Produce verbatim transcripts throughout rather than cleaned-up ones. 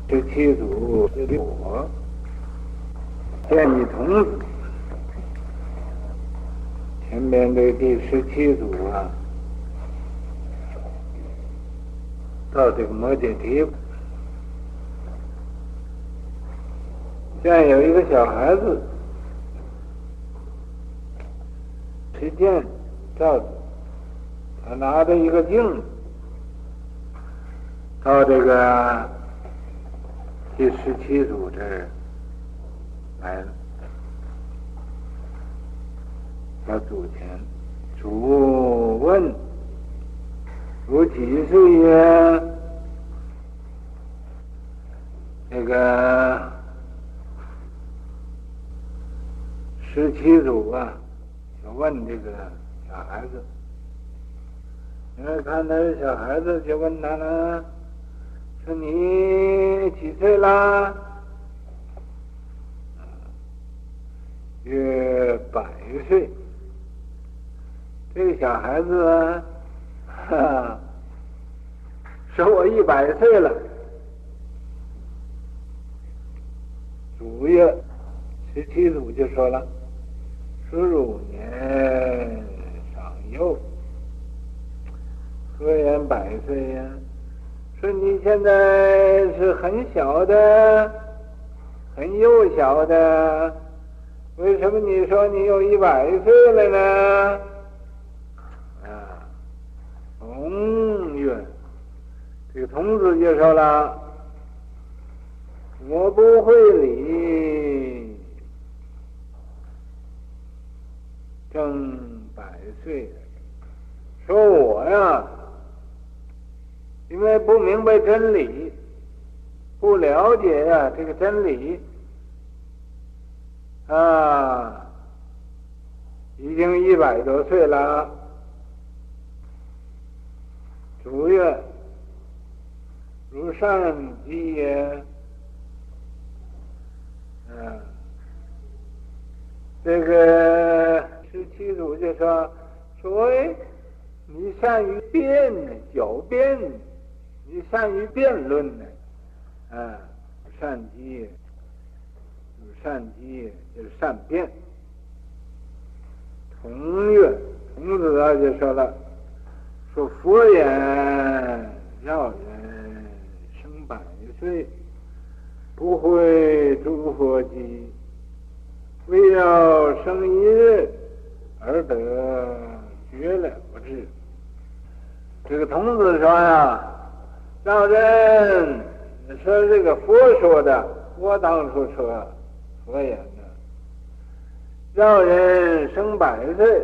十七祖的我建议童子，前面这第十七组啊，到这个摩羯提，现有一个小孩子，持剑照着，他拿着一个镜子，到这个第十七组这儿来了。到祖前，主问：“如几岁呀？”这个十七组啊，就问这个小孩子。因为看那小孩子，就问他呢，说：“你几岁啦？”约百岁。这个小孩子啊，哈，说我一百岁了。主曰，十七祖就说了：“说汝年尚幼，何言百岁呀？说你现在是很小的，很幼小的，为什么你说你有一百岁了呢？”童曰，这个童子就说了：“我不会理，正百岁，说我呀，因为不明白真理，不了解呀、啊、这个真理啊，已经一百多岁了。”主曰：“如善积也。”嗯，这个十七祖就说：“说哎，你善于辩呢，狡辩，你善于辩论呢，啊，善积，善积就是善辩。”童曰，童子啊就说了。说佛言，要人生百岁，不会诸佛迹，唯要生一日，而得绝了之。这个童子说呀，让人说这个佛说的，我当初说佛言的，让人生百岁。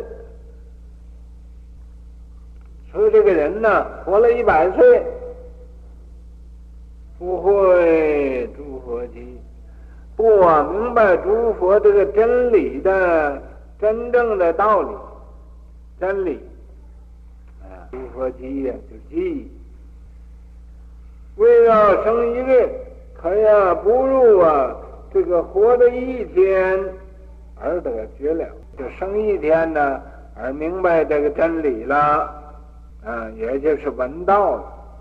说这个人呢，活了一百岁，不会诸佛迹，不啊明白诸佛这个真理的真正的道理，真理啊，诸佛迹呀，就记，为要生一日，可呀不入啊这个活的一天而得绝了，就生一天呢，而明白这个真理了。啊，也就是闻道了。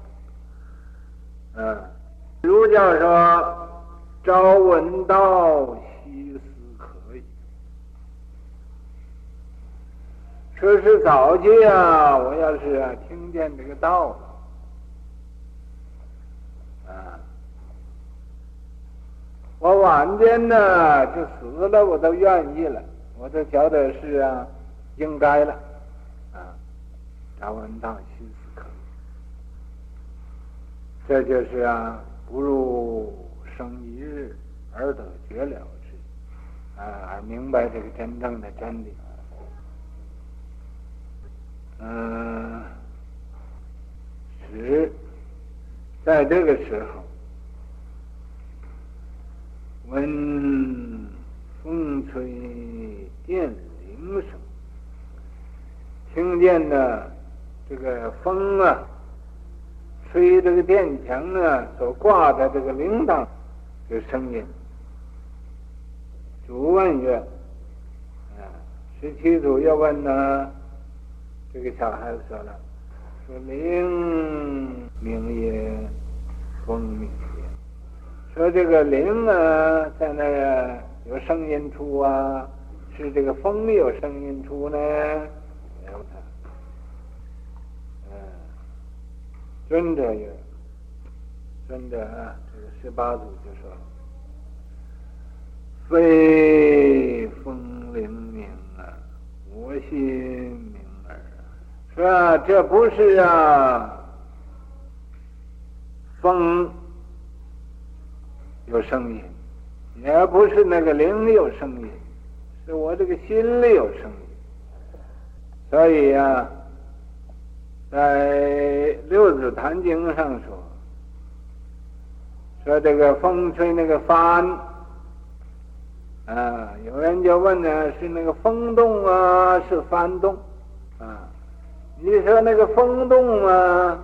啊，儒教说：“朝闻道，夕死可以。”说是早期啊，我要是啊听见这个道了，啊，我晚间呢就死了，我都愿意了，我都觉得是啊应该了。朝闻道，夕死可以。这就是啊，不入生一日而得绝了之，啊，而明白这个真正的真理。嗯、呃，使在这个时候，闻风吹电铃声，听见呢。这个风啊，吹这个电墙啊所挂的这个铃铛的声音。主问曰：“啊，十七祖又问呢，这个小孩子说了，说铃鸣也，风鸣也。 说这个铃啊，在那儿有声音出啊，是这个风有声音出呢？没有它。嗯，尊者也，尊者啊，这个十八祖就说，非风铃鸣啊，我心鸣耳啊，说啊，这不是啊，风有声音，也不是那个铃有声音，是我这个心里有声音。所以呀、啊，在六祖坛经上说，说这个风吹那个帆啊，有人就问呢，是那个风动啊，是帆动啊？你说那个风动啊，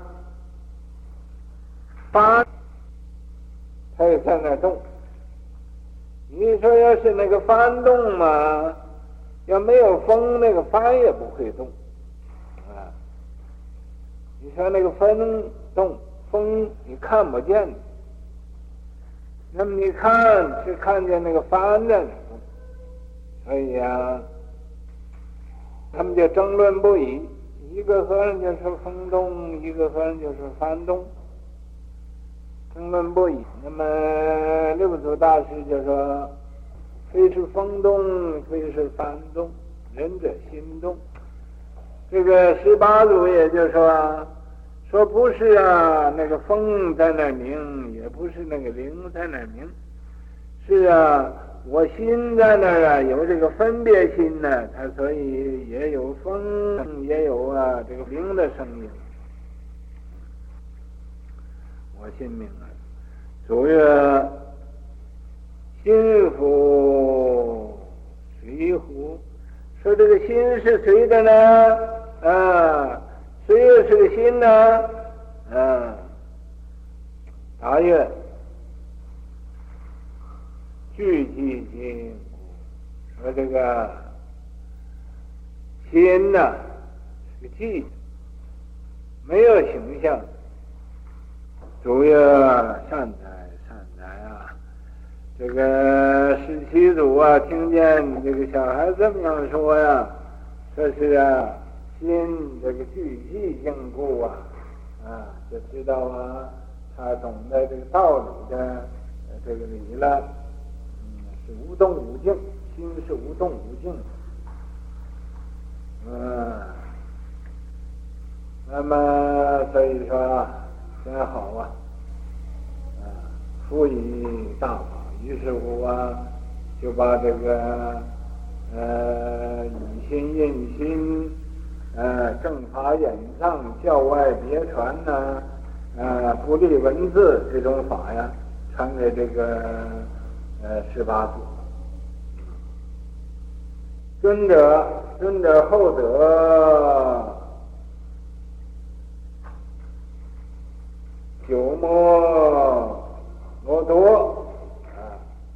帆它也在那动。你说要是那个帆动嘛，要没有风，那个帆也不会动啊。你说那个风动，风你看不见，那么你看是看见那个帆在那动，所以啊，他们就争论不已。一个和尚就说风动，一个和尚就说帆动，争论不已。那么六祖大师就说，非是风动，非是帆动，仁者心动。这个十八祖也就说，说不是啊，那个风在那鸣，也不是那个铃在那鸣，是啊，我心在那儿啊，有这个分别心呢，它所以也有风，也有啊这个铃的声音。我心明了，主曰：心乎谁乎？说这个心是谁的呢？啊，谁又是个心呢？啊，答曰：具体心。说这个心呐、啊，是个寂，没有形象。主曰：善哉，善哉啊！这个十七祖啊，听见这个小孩这么样说呀，说是啊，心这个具体性故啊，啊，就知道啊，他懂得这个道理的这个理了。嗯，是无动无静，心是无动无静。嗯，那么所以说真好啊！啊，辅以大法，于是乎啊，就把这个呃以心印心，呃正法演唱，教外别传呢，呃不立文字这种法呀，传给这个呃十八祖。尊者，尊者后得九摩罗多啊，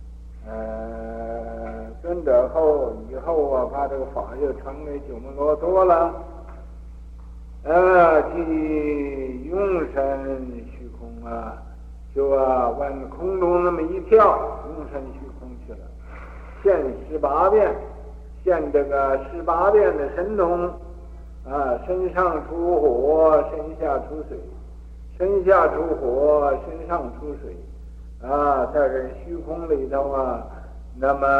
呃，尊者后以后啊，把这个法就传给九摩罗多了，呃，即用身虚空啊，就啊往空中那么一跳，用身虚空去了，现十八变，现这个十八变的神通啊，身上出火，身下出水。身下出火，身上出水，啊，在这虚空里头啊，那么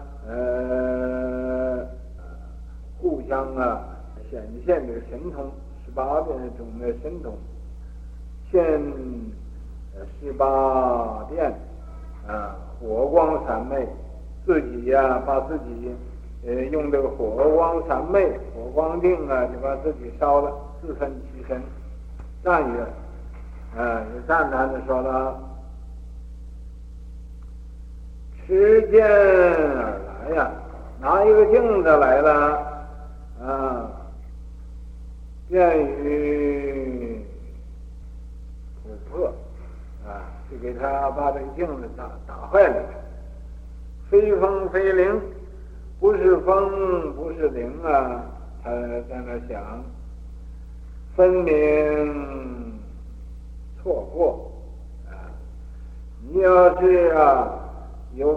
呃，互相啊显现这个神通，十八变种的神通，现十八变啊，火光三昧，自己呀、啊、把自己呃用这个火光三昧，火光定啊，就把自己烧了，自分其身，赞曰。啊，有赞叹的说了，持剑而来呀，拿一个镜子来了，啊，便于琥珀，啊，就给他把这个镜子打打坏了，非风非铃，不是风不是铃啊，他在那想，分明错过啊！你要是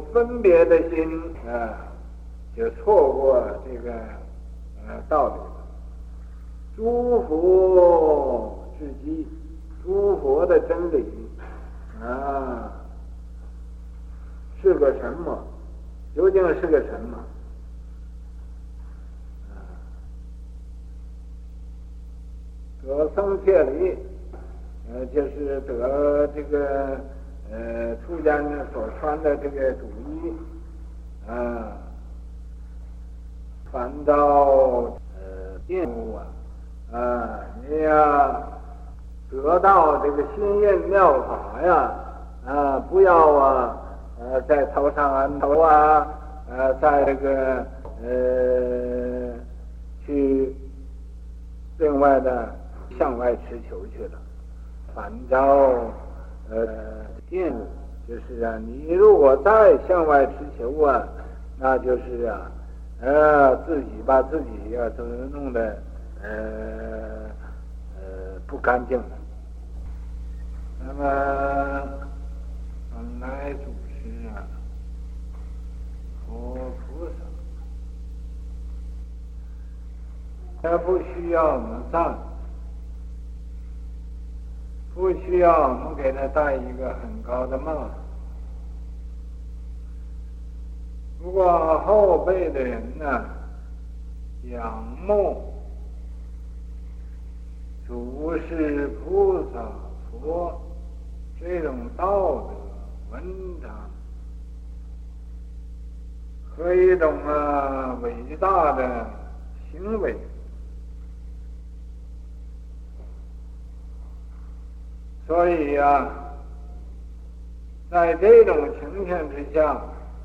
分别的心啊，就错过这个呃道理了。诸佛之机，诸佛的真理啊，是个什么？究竟是个什么？得僧切离，呃，就是得这个呃出家人所穿的这个主衣啊，反倒呃玷污啊啊，你呀得到这个心印妙法呀啊，不要啊呃在头上安头啊，呃，在这个呃去另外的向外持求去了，反倒呃玷污，就是啊，你如果再向外持求啊，那就是啊呃自己把自己啊都弄得呃呃不干净了。那么本来祖师啊，佛菩萨，他不需要我们赞，不需要我们给他戴一个很高的帽子。如果后辈的人呢，仰慕祖师菩萨佛这种道德文章和一种啊伟大的行为，所以呀、啊，在这种情形之下，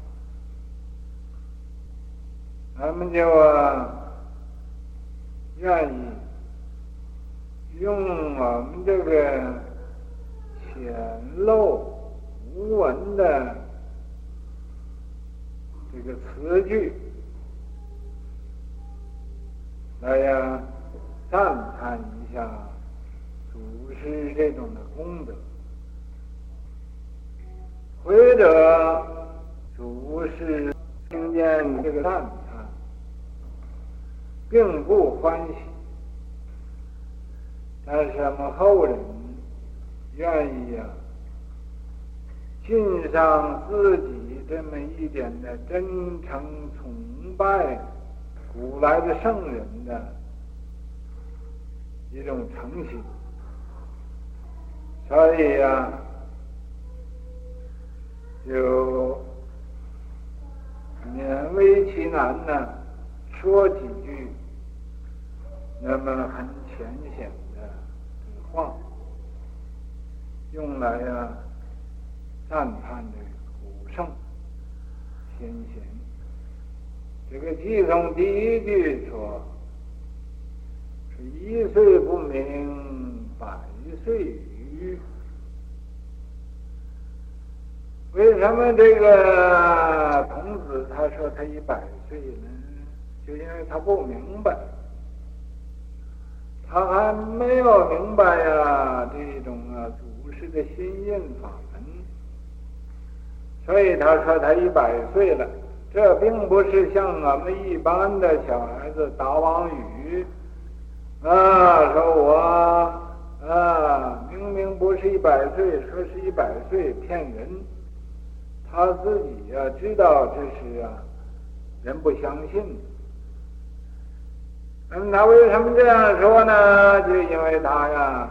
咱们就啊愿意用我们这个浅陋无闻的这个词句来呀赞叹一下祖师这种的功德，或者祖师听见这个赞叹并不欢喜，但是我们后人愿意呀、啊、敬上自己这么一点的真诚崇拜古来的圣人的一种诚心，所以呀、啊，就勉为其难呢，说几句那么很浅显的话，用来呀、啊、赞叹这个古圣先贤。这个偈中第一句说是一岁不明百岁愚，为什么这个孔子他说他一百岁呢？就因为他不明白，他还没有明白呀这种啊祖师的心印法门，所以他说他一百岁了。这并不是像我们一般的小孩子打妄语啊，说我啊明明不是一百岁，说是一百岁骗人。他自己呀、啊、知道这是啊人不相信。那么他为什么这样说呢？就因为他呀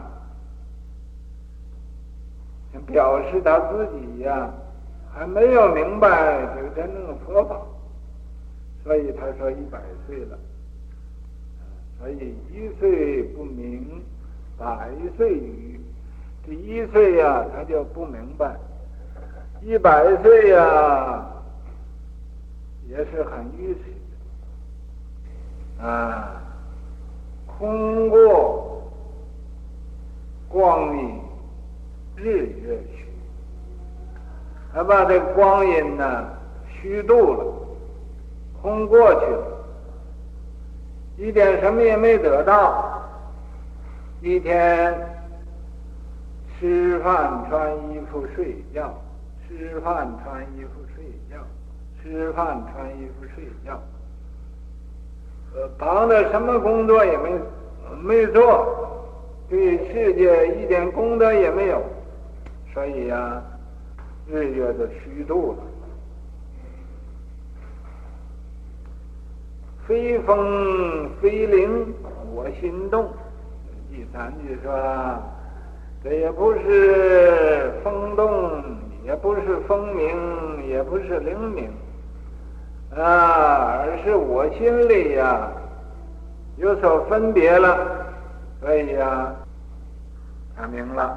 表示他自己呀还没有明白这个真正的佛法，所以他说一百岁了。所以一岁不明百岁愚，这一岁呀、啊、他就不明白，一百岁呀、啊、也是很愚痴的啊。空过光阴日月虚，他把这光阴呢虚度了，空过去了，一点什么也没得到。一天吃饭穿衣服睡觉， 吃饭穿衣服睡觉，吃饭穿衣服睡觉，呃，旁的什么工作也没没做，对世界一点功德也没有，所以呀、啊，日月都虚度了。非风非铃我心动。第三句说，这也不是风动，也不是风鸣，也不是铃鸣啊，而是我心里呀、啊、有所分别了，所以呀、啊，他明了。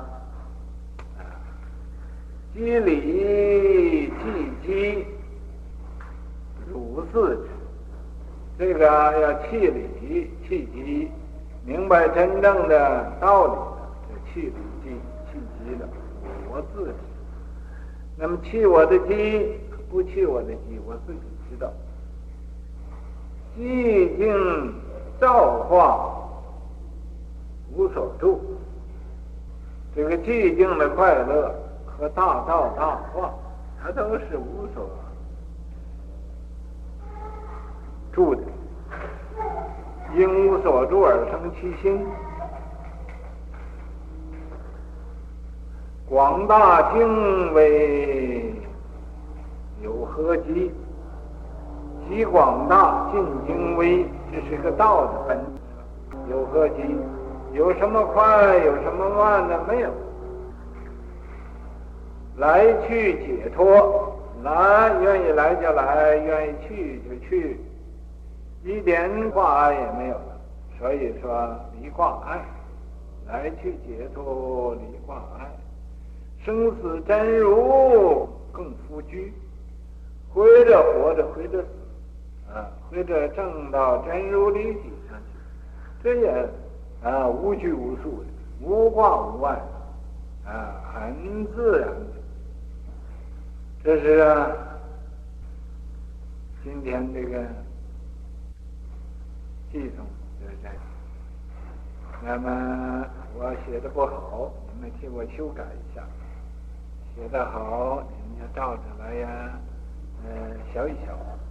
机理气机如是，这个要气理气机，明白真正的道理的，这气理气气机的我自己。那么气我的机，不气我的机，我自己知道。寂静造化无所住，这个寂静的快乐和大道大化，它都是无所住的，因无所住而生其心。广大经为有何极？极广大尽精微，这是个道的本质。有何极？有什么快，有什么慢的？没有。来去解脱，来愿意来就来，愿意去就去，一点挂碍也没有了。所以说离挂碍，来去解脱离挂碍，生死真如更复居，活着活着活着死啊，活着正到真如理体上去，这也啊无拘无束的，无挂无碍啊，很自然的。这是啊，今天这个系统就是这样。那么我写的不好，你们替我修改一下；写得好，你们就照着来呀，呃，小一小。